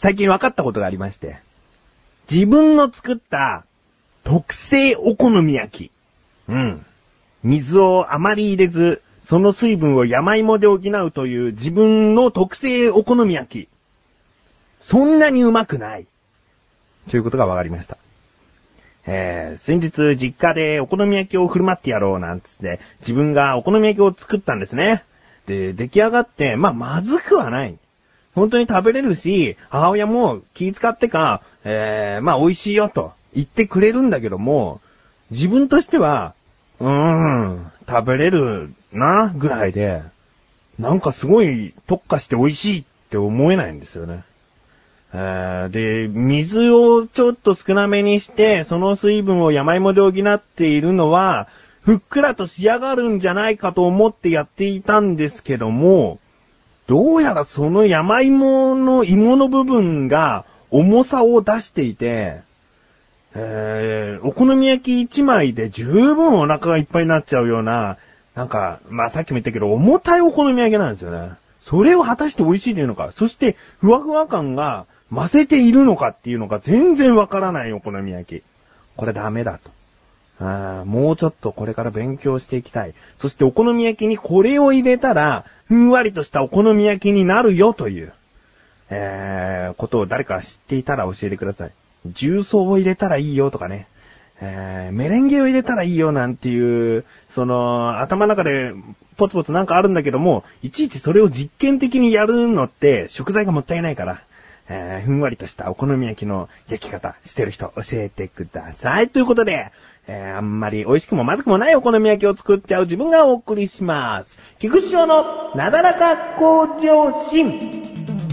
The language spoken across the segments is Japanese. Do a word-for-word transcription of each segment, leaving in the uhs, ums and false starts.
最近分かったことがありまして。自分の作った特製お好み焼き。うん。水をあまり入れず、その水分を山芋で補うという自分の特製お好み焼き。そんなにうまくない。ということが分かりました。えー、先日実家でお好み焼きを振る舞ってやろうなんつって自分がお好み焼きを作ったんですね。で、出来上がって、まあ、まずくはない。本当に食べれるし、母親も気遣ってか、えー、まあ、美味しいよと言ってくれるんだけども、自分としては、うーん、食べれるな、ぐらいで、なんかすごい特化して美味しいって思えないんですよね。えー、で、水をちょっと少なめにして、その水分を山芋で補っているのは、ふっくらと仕上がるんじゃないかと思ってやっていたんですけども、どうやらその山芋の芋の部分が重さを出していて、えー、お好み焼き一枚で十分お腹がいっぱいになっちゃうような、なんか、まあ、さっきも言ったけど、重たいお好み焼きなんですよね。それを果たして美味しいというのか、そして、ふわふわ感が増せているのかっていうのが全然わからないお好み焼き。これダメだと。あー、もうちょっとこれから勉強していきたい。そしてお好み焼きにこれを入れたら、ふんわりとしたお好み焼きになるよという、えー、ことを誰か知っていたら教えてください。重曹を入れたらいいよとかね。えー、メレンゲを入れたらいいよなんていう、その、頭の中でポツポツなんかあるんだけども、いちいちそれを実験的にやるのって食材がもったいないから、えー、ふんわりとしたお好み焼きの焼き方してる人教えてください。ということで、えー、あんまり美味しくもまずくもないお好み焼きを作っちゃう自分がお送りします。菊師匠のなだらか向上心。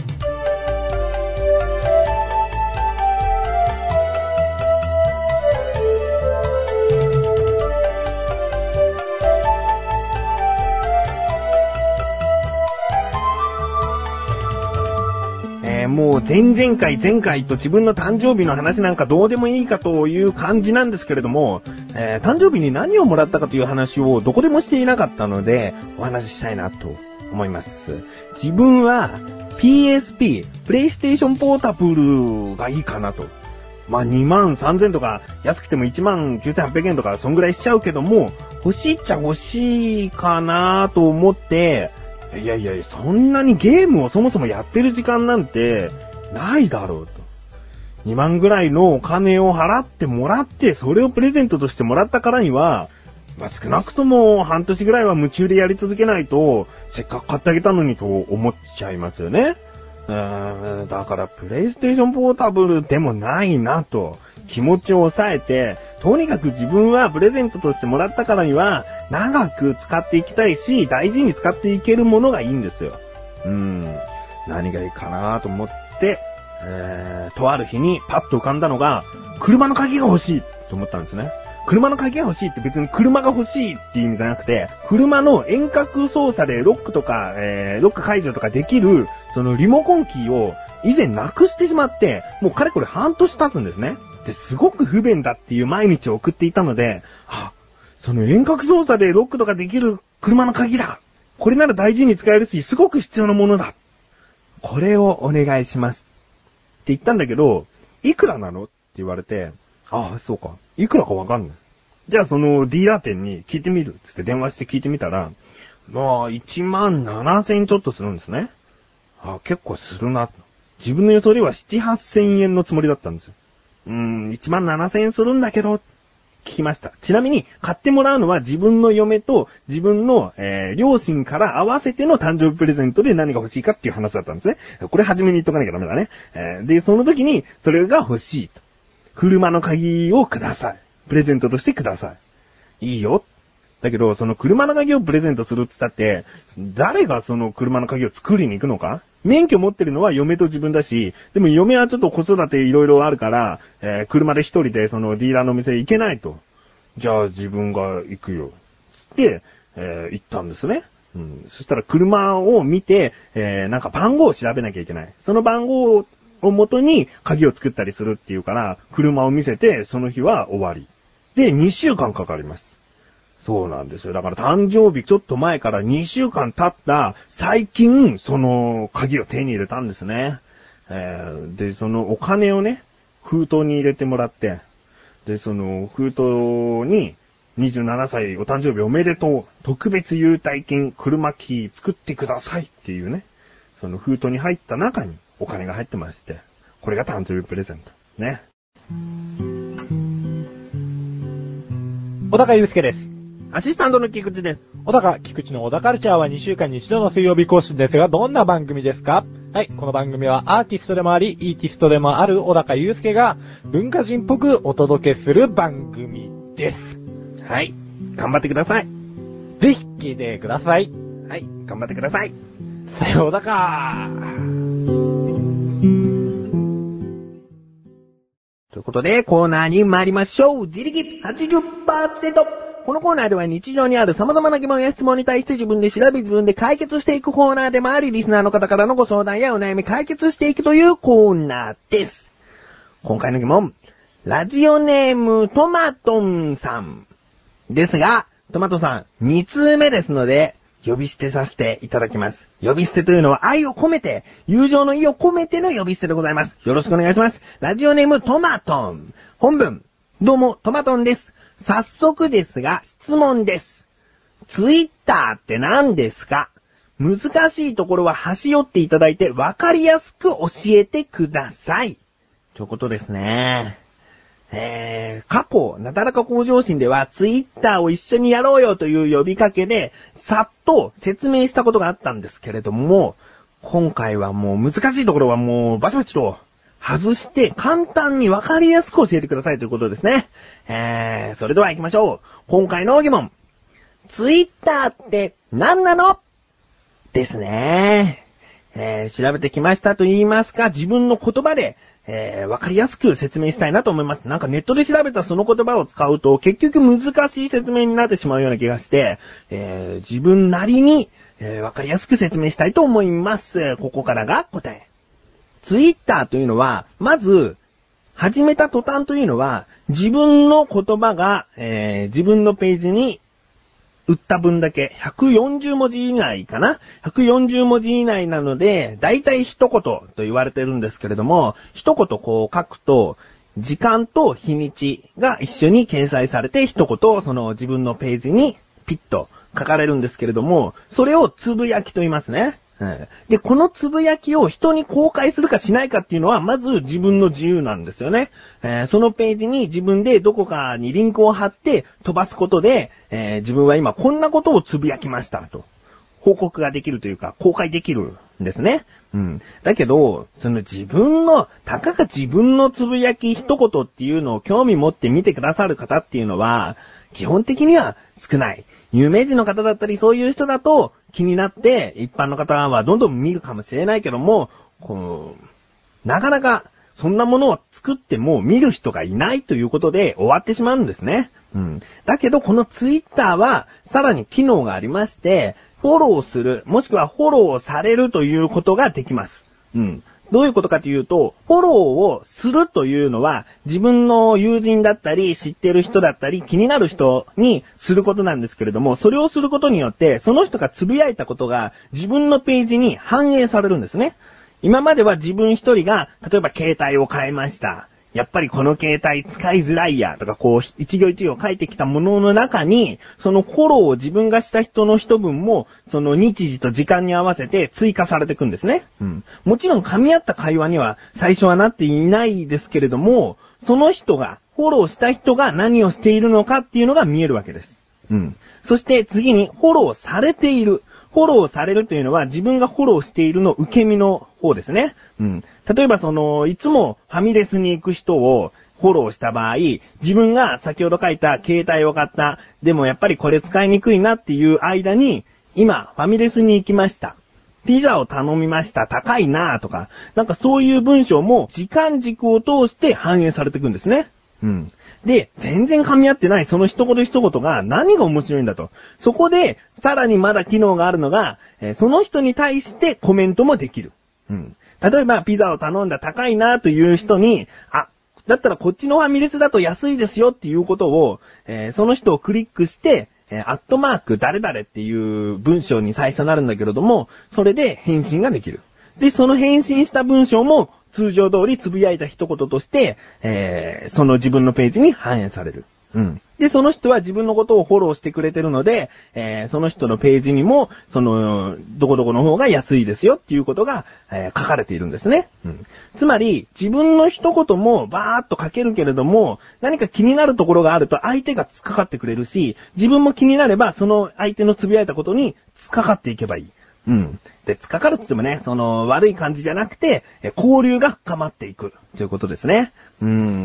もう前々回前回と自分の誕生日の話なんかどうでもいいかという感じなんですけれども、えー、誕生日に何をもらったかという話をどこでもしていなかったのでお話ししたいなと思います。自分は ピーエスピー、プレイステーションポータブルがいいかなと。まあにまんさんぜんとか安くてもいちまんきゅうせんはっぴゃくえんとかそんぐらいしちゃうけども、欲しいっちゃ欲しいかなと思って、いやいや、そんなにゲームをそもそもやってる時間なんてないだろうと。にまんぐらいのお金を払ってもらって、それをプレゼントとしてもらったからには、まあ、少なくとも半年ぐらいは夢中でやり続けないと、せっかく買ってあげたのにと思っちゃいますよね。うーん、だからプレイステーションポータブルでもないなと気持ちを抑えて、とにかく自分はプレゼントとしてもらったからには長く使っていきたいし、大事に使っていけるものがいいんですよ。うーん、何がいいかなと思って、えー、とある日にパッと浮かんだのが、車の鍵が欲しいと思ったんですね。車の鍵が欲しいって別に車が欲しいっていう意味じゃなくて、車の遠隔操作でロックとか、えー、ロック解除とかできる、そのリモコンキーを以前なくしてしまって、もうかれこれ半年経つんですね。で、すごく不便だっていう毎日を送っていたので、あ、その遠隔操作でロックとかできる車の鍵だ。これなら大事に使えるし、すごく必要なものだ。これをお願いします。って言ったんだけど、いくらなのって言われて、ああ、そうか。いくらかわかんない。じゃあそのディーラー店に聞いてみるつって電話して聞いてみたら、まあ、いちまんななせんちょっとするんですね。ああ、結構するな。自分の予想ではなな、はっせんえんのつもりだったんですよ。うーん、いちまんななせんえんするんだけど、聞きました。ちなみに、買ってもらうのは自分の嫁と自分の、えー、両親から合わせての誕生日プレゼントで何が欲しいかっていう話だったんですね。これ初めに言っとかなきゃダメだね。えー、で、その時に、それが欲しいと。車の鍵をください。プレゼントとしてください。いいよ。だけど、その車の鍵をプレゼントするって言ったって、誰がその車の鍵を作りに行くのか？免許持ってるのは嫁と自分だし、でも嫁はちょっと子育ていろいろあるから、えー、車で一人でそのディーラーの店行けないと。じゃあ自分が行くよ。つって、えー、行ったんですね。うん。そしたら車を見て、えー、なんか番号を調べなきゃいけない。その番号を元に鍵を作ったりするっていうから、車を見せてその日は終わり。で、にしゅうかんかかります。そうなんですよ。だから誕生日ちょっと前からにしゅうかん経った最近、その鍵を手に入れたんですね。 えー、で、そのお金をね、封筒に入れてもらって、で、その封筒に、にじゅうななさいお誕生日おめでとう。特別優待金車キー作ってくださいっていうね。その封筒に入った中にお金が入ってまして。これが誕生日プレゼント。ね。 小高祐介です。 アシスタントの菊池です。 小高菊池の小高カルチャーはにしゅうかんにいちどの水曜日更新ですが、どんな番組ですか？はい、この番組はアーティストでもあり、イーティストでもある小高祐介が文化人っぽくお届けする番組です。 はい。頑張ってください。 ぜひ聞いてください。 はい。頑張ってください。 さようだかということで、コーナーに参りましょう。自力 はちじゅっパーセント。このコーナーでは日常にある様々な疑問や質問に対して自分で調べ自分で解決していくコーナーでもあり、リスナーの方からのご相談やお悩み解決していくというコーナーです。今回の疑問。ラジオネームトマトンさん。ですが、トマトさん、に通目ですので、呼び捨てさせていただきます。呼び捨てというのは愛を込めて、友情の意を込めての呼び捨てでございます。よろしくお願いします。ラジオネームトマトン。本文。どうも、トマトンです。早速ですが、質問です。ツイッターって何ですか？難しいところは端折っていただいて、わかりやすく教えてください。ということですね。えー、過去、なだらか向上心ではツイッターを一緒にやろうよという呼びかけで、さっと説明したことがあったんですけれども、今回はもう難しいところはもうバチバチと外して簡単にわかりやすく教えてくださいということですね。えー、それでは行きましょう。今回の疑問。ツイッターって何なの？ですね。えー、調べてきましたと言いますか、自分の言葉でえー、わかりやすく説明したいなと思います。なんかネットで調べたその言葉を使うと結局難しい説明になってしまうような気がして、えー、自分なりに、えー、わかりやすく説明したいと思います。ここからが答え。ツイッターというのは、まず、始めた途端というのは、自分の言葉が、えー、自分のページに打った分だけ、ひゃくよんじゅうもじ以内かな ?ひゃくよんじゅうもじ以内なので、だいたい一言と言われてるんですけれども、一言こう書くと、時間と日にちが一緒に掲載されて、一言その自分のページにピッと書かれるんですけれども、それをつぶやきと言いますね。で、このつぶやきを人に公開するかしないかっていうのは、まず自分の自由なんですよね。えー、そのページに自分でどこかにリンクを貼って飛ばすことで、えー、自分は今こんなことをつぶやきましたと。報告ができるというか、公開できるんですね。うん。だけど、その自分の、たかが自分のつぶやき一言っていうのを興味持って見てくださる方っていうのは、基本的には少ない。有名人の方だったりそういう人だと気になって一般の方はどんどん見るかもしれないけども、こう、なかなかそんなものを作っても見る人がいないということで終わってしまうんですね。うん。だけどこのツイッターはさらに機能がありまして、フォローする、もしくはフォローされるということができます。うん。どういうことかというと、フォローをするというのは、自分の友人だったり、知ってる人だったり、気になる人にすることなんですけれども、それをすることによって、その人がつぶやいたことが自分のページに反映されるんですね。今までは自分一人が、例えば携帯を変えました。やっぱりこの携帯使いづらいやとかこう一行一行書いてきたものの中にそのフォローを自分がした人の人分もその日時と時間に合わせて追加されていくんですね。うん。もちろん噛み合った会話には最初はなっていないですけれども、その人がフォローした人が何をしているのかっていうのが見えるわけです。うん。そして次にフォローされている。フォローされるというのは自分がフォローしているの受け身の方ですね。うん。例えばその、いつもファミレスに行く人をフォローした場合、自分が先ほど書いた携帯を買った、でもやっぱりこれ使いにくいなっていう間に、今ファミレスに行きました。ピザを頼みました。高いなぁとか、なんかそういう文章も時間軸を通して反映されていくんですね。うん。で、全然噛み合ってないその一言一言が何が面白いんだと。そこで、さらにまだ機能があるのが、えー、その人に対してコメントもできる。うん。例えば、ピザを頼んだ高いなという人に、あ、だったらこっちのファミレスだと安いですよっていうことを、えー、その人をクリックして、えー、アットマーク誰々っていう文章に最初なるんだけれども、それで返信ができる。で、その返信した文章も通常通りつぶやいた一言として、えー、その自分のページに反映される。うん。で、その人は自分のことをフォローしてくれてるので、えー、その人のページにも、その、どこどこの方が安いですよっていうことが、えー、書かれているんですね。うん。つまり、自分の一言もバーっと書けるけれども、何か気になるところがあると相手が突っかかってくれるし、自分も気になれば、その相手のつぶやいたことに突っかかっていけばいい。うん。で、突っかかるって言ってもね、その悪い感じじゃなくて、交流が深まっていくということですね。うん。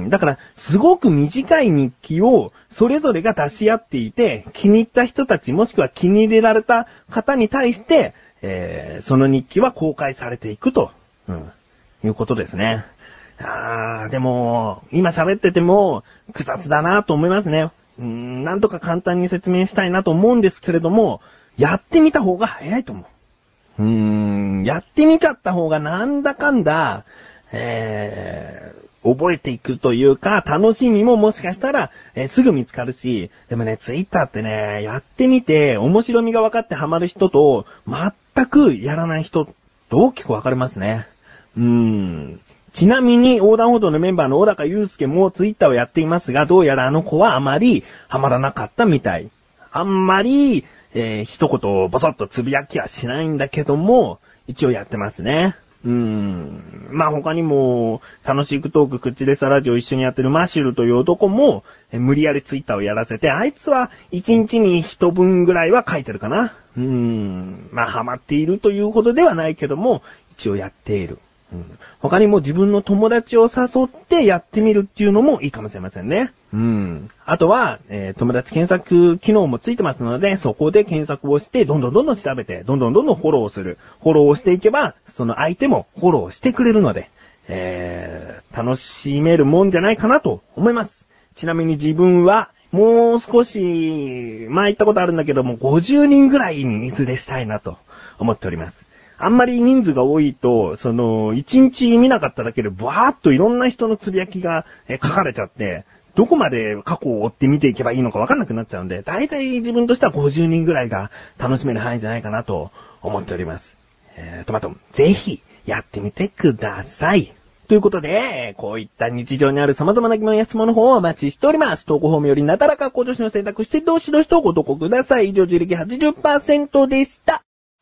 だから、すごく短い日記をそれぞれが出し合っていて、気に入った人たちもしくは気に入れられた方に対して、えー、その日記は公開されていくと、うん、いうことですね。あー、でも、今喋ってても、複雑だなと思いますね。うん、なんとか簡単に説明したいなと思うんですけれども、やってみた方が早いと思う。うーん、やってみちゃった方がなんだかんだ、えー、覚えていくというか、楽しみももしかしたら、えー、すぐ見つかるし、でもね、ツイッターってね、やってみて、面白みが分かってハマる人と、全くやらない人、大きく分かれますね。うーん。ちなみに、横断歩道のメンバーの小高祐介もツイッターをやっていますが、どうやらあの子はあまりハマらなかったみたい。あんまり、えー、一言ボソッとつぶやきはしないんだけども、一応やってますね。うーん。まあ、他にも、楽しくトーク口でさラジオ一緒にやってるマシュルという男も、えー、無理やりツイッターをやらせて、あいつは一日に一文ぐらいは書いてるかな。うーん。まあ、ハマっているというほどではないけども、一応やっている。うん、他にも自分の友達を誘ってやってみるっていうのもいいかもしれませんね。うん。あとは、えー、友達検索機能もついてますので、そこで検索をして、どんどんどんどん調べて、どんどんどんどんフォローする。フォローをしていけば、その相手もフォローしてくれるので、えー、楽しめるもんじゃないかなと思います。ちなみに自分は、もう少し、まあ言ったことあるんだけども、ごじゅうにんぐらいにいずれしたいなと思っております。あんまり人数が多いと、その、一日見なかっただけで、バーっといろんな人のつぶやきが書かれちゃって、どこまで過去を追って見ていけばいいのかわかんなくなっちゃうんで、だいたい自分としてはごじゅうにんぐらいが楽しめる範囲じゃないかなと思っております。えー、トマト、ぜひやってみてください。ということで、こういった日常にある様々な疑問や質問の方をお待ちしております。投稿フォームよりなだらか向上心を選択してどしどしとご投稿ください。以上、自力 はちじゅっパーセント でした。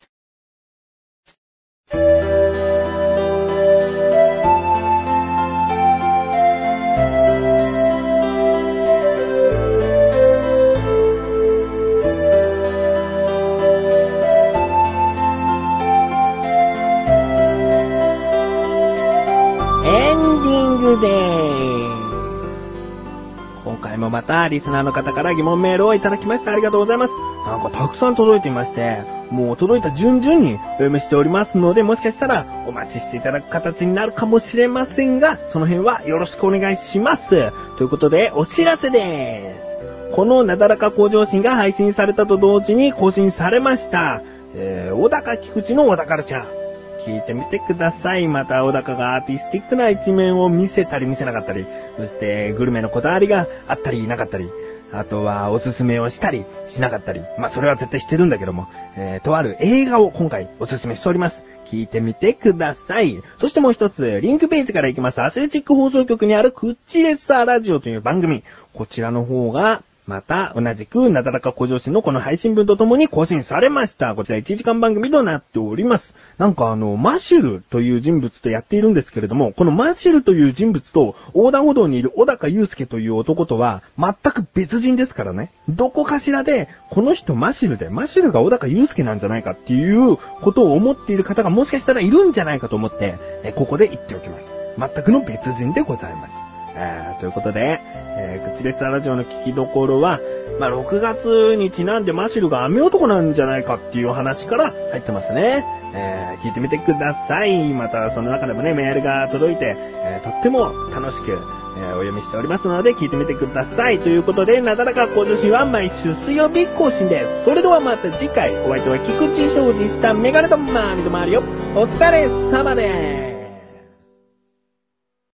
エンディングでーす。今回もまたリスナーの方から疑問メールをいただきましてありがとうございます。なんかたくさん届いていまして、もう届いた順々にお読みしておりますので、もしかしたらお待ちしていただく形になるかもしれませんが、その辺はよろしくお願いします。ということで、お知らせでーす。このなだらか向上心が配信されたと同時に更新されました。えー、小高菊池の小高カルチャー。聞いてみてください。また小高がアーティスティックな一面を見せたり見せなかったり、そしてグルメのこだわりがあったりなかったり、あとはおすすめをしたりしなかったり、まあそれは絶対してるんだけども、えー、とある映画を今回おすすめしております。聞いてみてください。そしてもう一つ、リンクページから行きますアスレチック放送局にあるクッチレッサーラジオという番組。こちらの方が、また、同じく、なだらか向上心のこの配信分とともに更新されました。こちらいちじかん番組となっております。なんかあの、マシュルという人物とやっているんですけれども、このマシュルという人物と、横断歩道にいる小高祐介という男とは、全く別人ですからね。どこかしらで、この人マシュルで、マシュルが小高祐介なんじゃないかっていうことを思っている方がもしかしたらいるんじゃないかと思って、えここで言っておきます。全くの別人でございます。えー、ということで、えー、クチレッサーラジオの聞きどころは、まあ、ろくがつにちなんでマシルが雨男なんじゃないかっていう話から入ってますね。えー、聞いてみてください。また、その中でもね、メールが届いて、えー、とっても楽しく、えー、お読みしておりますので、聞いてみてください。ということで、なだらか向上心は毎週水曜日更新です。それではまた次回、お相手は菊池翔でした。メガネとマーニとマリオ、お疲れ様です。